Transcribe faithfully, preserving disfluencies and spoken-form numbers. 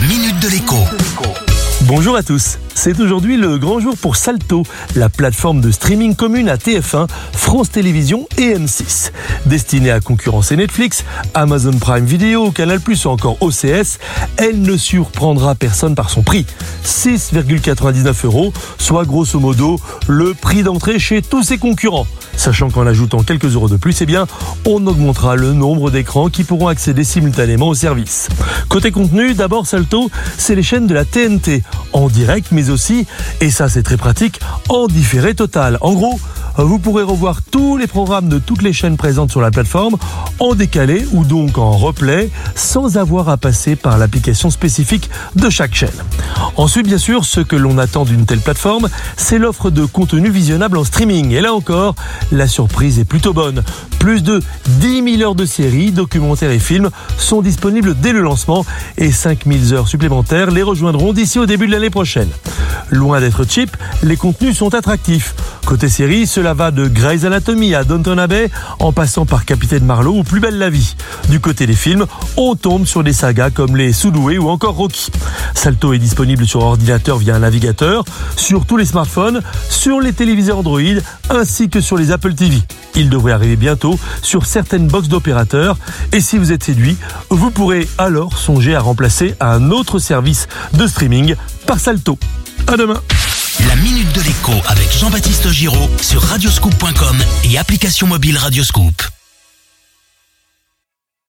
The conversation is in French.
Minute de l'écho. Bonjour à tous, c'est aujourd'hui le grand jour pour Salto, la plateforme de streaming commune à T F un, France Télévisions et M six. Destinée à concurrencer Netflix, Amazon Prime Video, Canal plus ou encore O C S, elle ne surprendra personne par son prix. six virgule quatre-vingt-dix-neuf euros, soit grosso modo le prix d'entrée chez tous ses concurrents. Sachant qu'en ajoutant quelques euros de plus, eh bien, on augmentera le nombre d'écrans qui pourront accéder simultanément au service. Côté contenu, d'abord Salto, c'est les chaînes de la T N T, en direct mais aussi, et ça c'est très pratique, en différé total. En gros, vous pourrez revoir tous les programmes de toutes les chaînes présentes sur la plateforme en décalé ou donc en replay sans avoir à passer par l'application spécifique de chaque chaîne. Ensuite, bien sûr, ce que l'on attend d'une telle plateforme, c'est l'offre de contenu visionnable en streaming. Et là encore, la surprise est plutôt bonne. Plus de dix mille heures de séries, documentaires et films sont disponibles dès le lancement et cinq mille heures supplémentaires les rejoindront d'ici au début de l'année prochaine. Loin d'être cheap, les contenus sont attractifs. Côté série, cela va de Grey's Anatomy à Downton Abbey, en passant par Capitaine Marlowe ou Plus belle la vie. Du côté des films, on tombe sur des sagas comme les Soudoués ou encore Rocky. Salto est disponible sur ordinateur via un navigateur, sur tous les smartphones, sur les téléviseurs Android, ainsi que sur les Apple T V. Il devrait arriver bientôt sur certaines box d'opérateurs. Et si vous êtes séduit, vous pourrez alors songer à remplacer un autre service de streaming par Salto. À demain. La Minute de l'écho avec Jean-Baptiste Giraud sur radioscoop point com et application mobile Radioscoop.